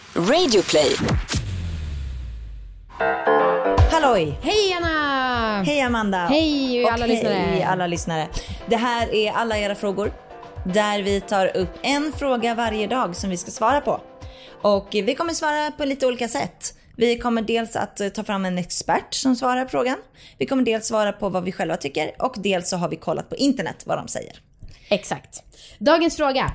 Radioplay. Halloj! Hej Anna! Hej Amanda! Hej alla lyssnare! Hej alla lyssnare! Det här är alla era frågor där vi tar upp en fråga varje dag som vi ska svara på. Och vi kommer svara på lite olika sätt. Vi kommer dels att ta fram en expert som svarar på frågan. Vi kommer dels svara på vad vi själva tycker och dels så har vi kollat på internet vad de säger. Exakt. Dagens fråga.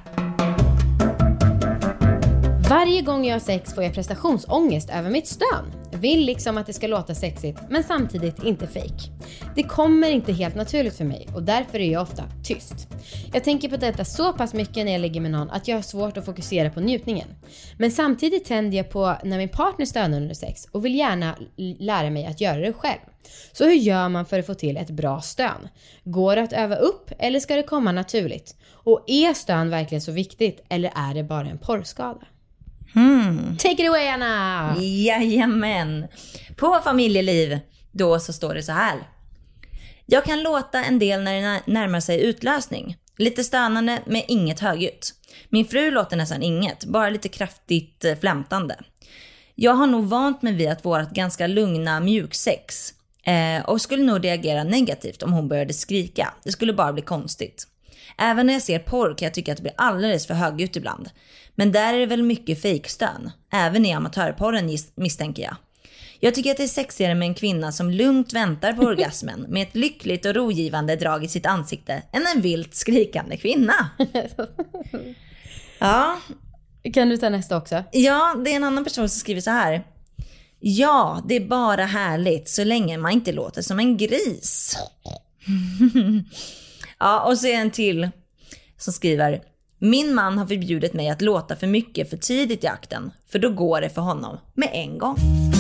Varje gång jag har sex får jag prestationsångest över mitt stön. Vill liksom att det ska låta sexigt men samtidigt inte fake. Det kommer inte helt naturligt för mig och därför är jag ofta tyst. Jag tänker på detta så pass mycket när jag ligger med någon att jag har svårt att fokusera på njutningen. Men samtidigt tänder jag på när min partner stönar under sex och vill gärna lära mig att göra det själv. Så hur gör man för att få till ett bra stön? Går det att öva upp eller ska det komma naturligt? Och är stön verkligen så viktigt eller är det bara en porrskada? Take it away Anna! Jajamän! På familjeliv då så står det så här. Jag kan låta en del när det närmar sig utlösning. Lite stönande med inget högljutt. Min fru låter nästan inget, bara lite kraftigt flämtande. Jag har nog vant mig vid att vara ganska lugna mjuksex. Och skulle nog reagera negativt om hon började skrika. Det skulle bara bli konstigt. Även när jag ser porr kan jag tycka att det blir alldeles för högljutt ibland. Men där är det väl mycket fejkstön. Även i amatörporren misstänker jag. Jag tycker att det är sexigare med en kvinna som lugnt väntar på orgasmen med ett lyckligt och rogivande drag i sitt ansikte än en vilt skrikande kvinna. Ja. Kan du ta nästa också? Ja, det är en annan person som skriver så här. Ja, det är bara härligt så länge man inte låter som en gris. Ja, och så är en till som skriver. Min man har förbjudit mig att låta för mycket för tidigt i akten. För då går det för honom med en gång.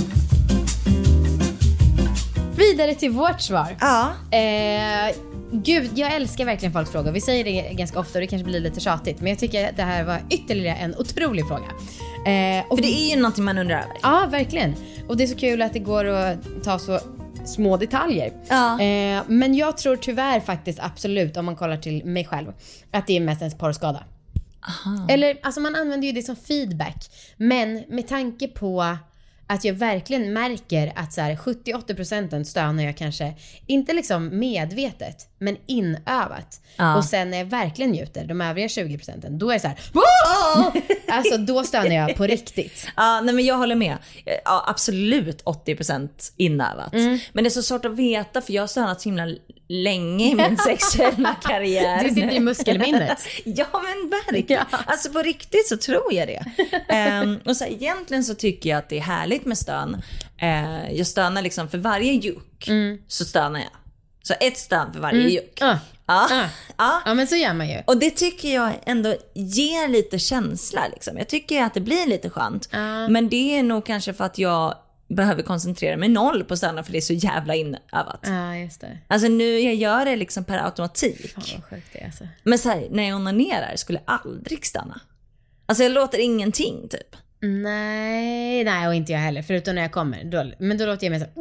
Vidare till vårt svar. Ja. Gud, jag älskar verkligen folks frågor. Vi säger det ganska ofta och det kanske blir lite tjatigt. Men jag tycker att det här var ytterligare en otrolig fråga. För det är ju någonting man undrar över. Ja, verkligen. Och det är så kul att det går att ta så små detaljer. Ja. Men jag tror tyvärr faktiskt absolut, om man kollar till mig själv, att det är mest en porrskada. Aha. Eller, alltså man använder ju det som feedback. Men med tanke på att jag verkligen märker att så här 70-80% stönar jag kanske inte liksom medvetet men inövat. Ja. Och sen när jag verkligen njuter de övriga 20%, då är det så här alltså då stönar jag på riktigt. Ja, nej men jag håller med. Ja, absolut 80% inövat. Men det är så svårt att veta för jag har stönat så himla länge i min sexuella karriär. Du sitter i muskelminnet. Ja men verkligen. Ja. Alltså på riktigt så tror jag det. Och så egentligen så tycker jag att det är härligt med stön. Jag stönar liksom för varje juck så stönar jag. Så ett stön för varje juck. Ja, men så gör man ju. Och det tycker jag ändå ger lite känsla liksom. Jag tycker att det blir lite skönt. Men det är nog kanske för att jag behöver koncentrera mig noll på stöna för det är så jävla inövat. Ja, just det. Alltså nu jag gör det liksom per automatik. Fan vad sjukt det är alltså. Men så här, när jag onanerar skulle jag aldrig stanna. Alltså jag låter ingenting typ. Nej, och inte jag heller. Förutom när jag kommer. Men då låter jag mig så.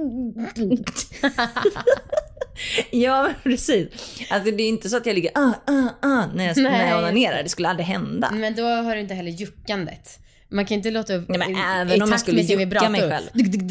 Ja, precis. Alltså det är inte så att jag ligger när jag onanerar. Det skulle aldrig hända. Men då har du inte heller juckandet. Man kan inte låta upp. Nej, men även om jag skulle jucka mig själv.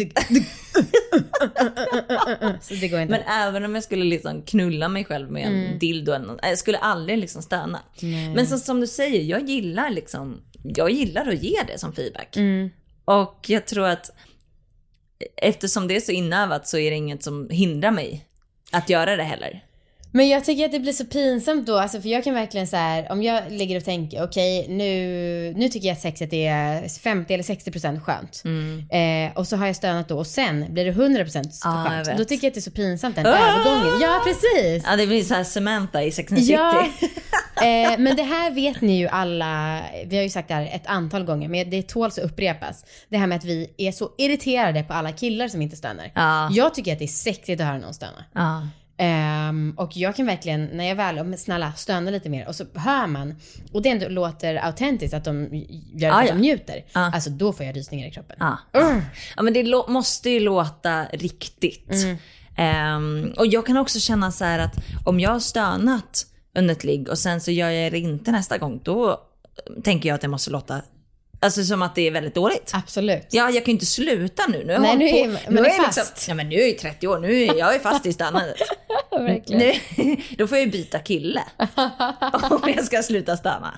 Så det går inte. Men även om jag skulle liksom knulla mig själv med en dildo. Jag skulle aldrig liksom stöna. Men som du säger, jag gillar att ge det som feedback. Och jag tror att eftersom det är så inövat så är det inget som hindrar mig att göra det heller. Men jag tycker att det blir så pinsamt då, alltså för jag kan verkligen så här, om jag ligger och tänker okej, nu tycker jag att sexet är 50 eller 60% skönt. Och så har jag stönat då och sen blir det 100% skönt. Då tycker jag att det är så pinsamt den övergången. Ja, precis. Ja, det blir så här Samantha i Sex and the City. Ja. Men det här vet ni ju alla, vi har ju sagt det här ett antal gånger, men det tåls att upprepas. Det här med att vi är så irriterade på alla killar som inte stönar. Jag tycker att det är sexigt att höra någon stöna. Och jag kan verkligen, när jag väl snälla stöna lite mer och så hör man och det ändå låter autentiskt att de gör det för att de njuter. Alltså då får jag rysningar i kroppen. Ja, men det måste ju låta riktigt. Och jag kan också känna så här att om jag har stönat under ett ligg och sen så gör jag det inte nästa gång, då tänker jag att det måste låta Alltså som att det är väldigt dåligt. Absolut. Ja, jag kan ju inte sluta nu. Nu Nej, nu är fast. Liksom, ja, men nu är jag 30 år. Nu är jag fast i stannandet. Verkligen. Nu, då får jag ju byta kille. Om jag ska sluta stanna.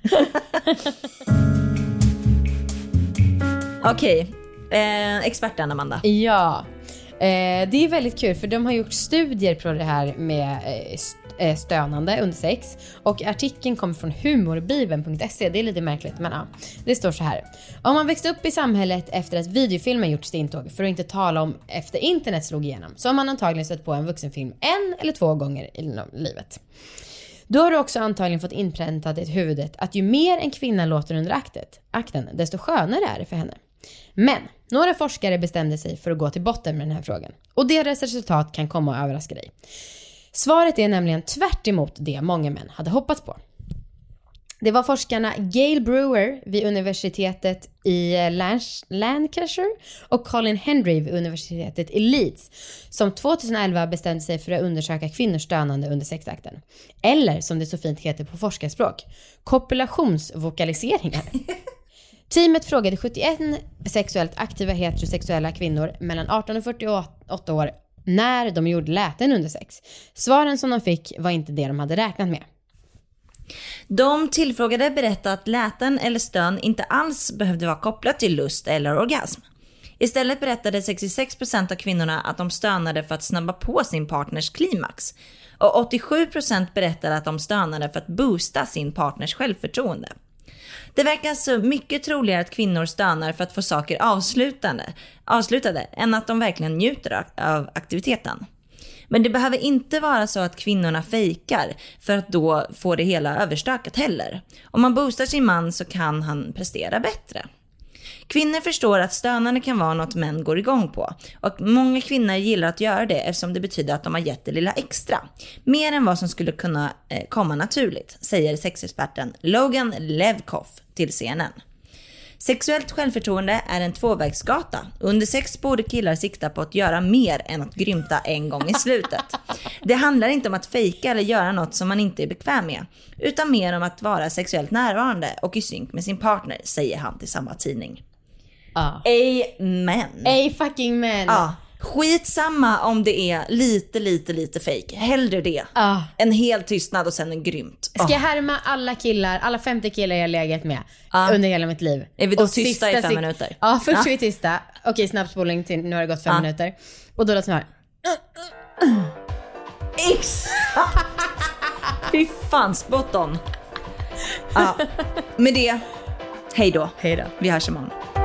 Okej. Experten Amanda. Ja. Det är väldigt kul för de har gjort studier på det här med stönande under sex. Och artikeln kommer från humorbibeln.se. Det är lite märkligt, men ja. Det står så här: om man växte upp i samhället efter att videofilmen gjort sitt intåg, för att inte tala om efter internet slog igenom, så har man antagligen sett på en vuxenfilm 1 eller 2 gånger i livet. Då har du också antagligen fått inpräntat i huvudet att ju mer en kvinna låter under akten, desto skönare är det för henne. Men några forskare bestämde sig för att gå till botten med den här frågan. Och deras resultat kan komma att överraska dig. Svaret är nämligen tvärt emot det många män hade hoppats på. Det var forskarna Gail Brewer vid universitetet i Lancashire och Colin Hendry vid universitetet i Leeds som 2011 bestämde sig för att undersöka kvinnors stönande under sexakten. Eller som det så fint heter på forskarspråk, kopulationsvokaliseringar. Teamet frågade 71 sexuellt aktiva heterosexuella kvinnor mellan 18 och 48 år när de gjorde läten under sex. Svaren som de fick var inte det de hade räknat med. De tillfrågade berättade att läten eller stön inte alls behövde vara kopplat till lust eller orgasm. Istället berättade 66% av kvinnorna att de stönade för att snabba på sin partners klimax. Och 87% berättade att de stönade för att boosta sin partners självförtroende. Det verkar alltså mycket troligare att kvinnor stönar för att få saker avslutade än att de verkligen njuter av aktiviteten. Men det behöver inte vara så att kvinnorna fejkar för att då få det hela överstökat heller. Om man boostar sin man så kan han prestera bättre. Kvinnor förstår att stönande kan vara något män går igång på. Och många kvinnor gillar att göra det eftersom det betyder att de har gett det lilla extra. Mer än vad som skulle kunna komma naturligt, säger sexexperten Logan Levkoff till CNN. Sexuellt självförtroende är en tvåvägsgata. Under sex borde killar sikta på att göra mer än att grymta en gång i slutet. Det handlar inte om att fejka eller göra något som man inte är bekväm med, utan mer om att vara sexuellt närvarande och i synk med sin partner, säger han till samma tidning. Amen. Fucking men. Skitsamma om det är lite fake. Hellre det. En hel tystnad och sen en grymt. Ska jag härma alla 50 killar jag legat med under hela mitt liv? Är vi då tysta i 5 minuter? Ja, först är vi tysta. Okej, snabbspolning till nu har det gått 5 minuter. Och då låter det så här. Exakt. Fy fan, spot on. Med det, hej då. Hej då. Vi hörs imorgon.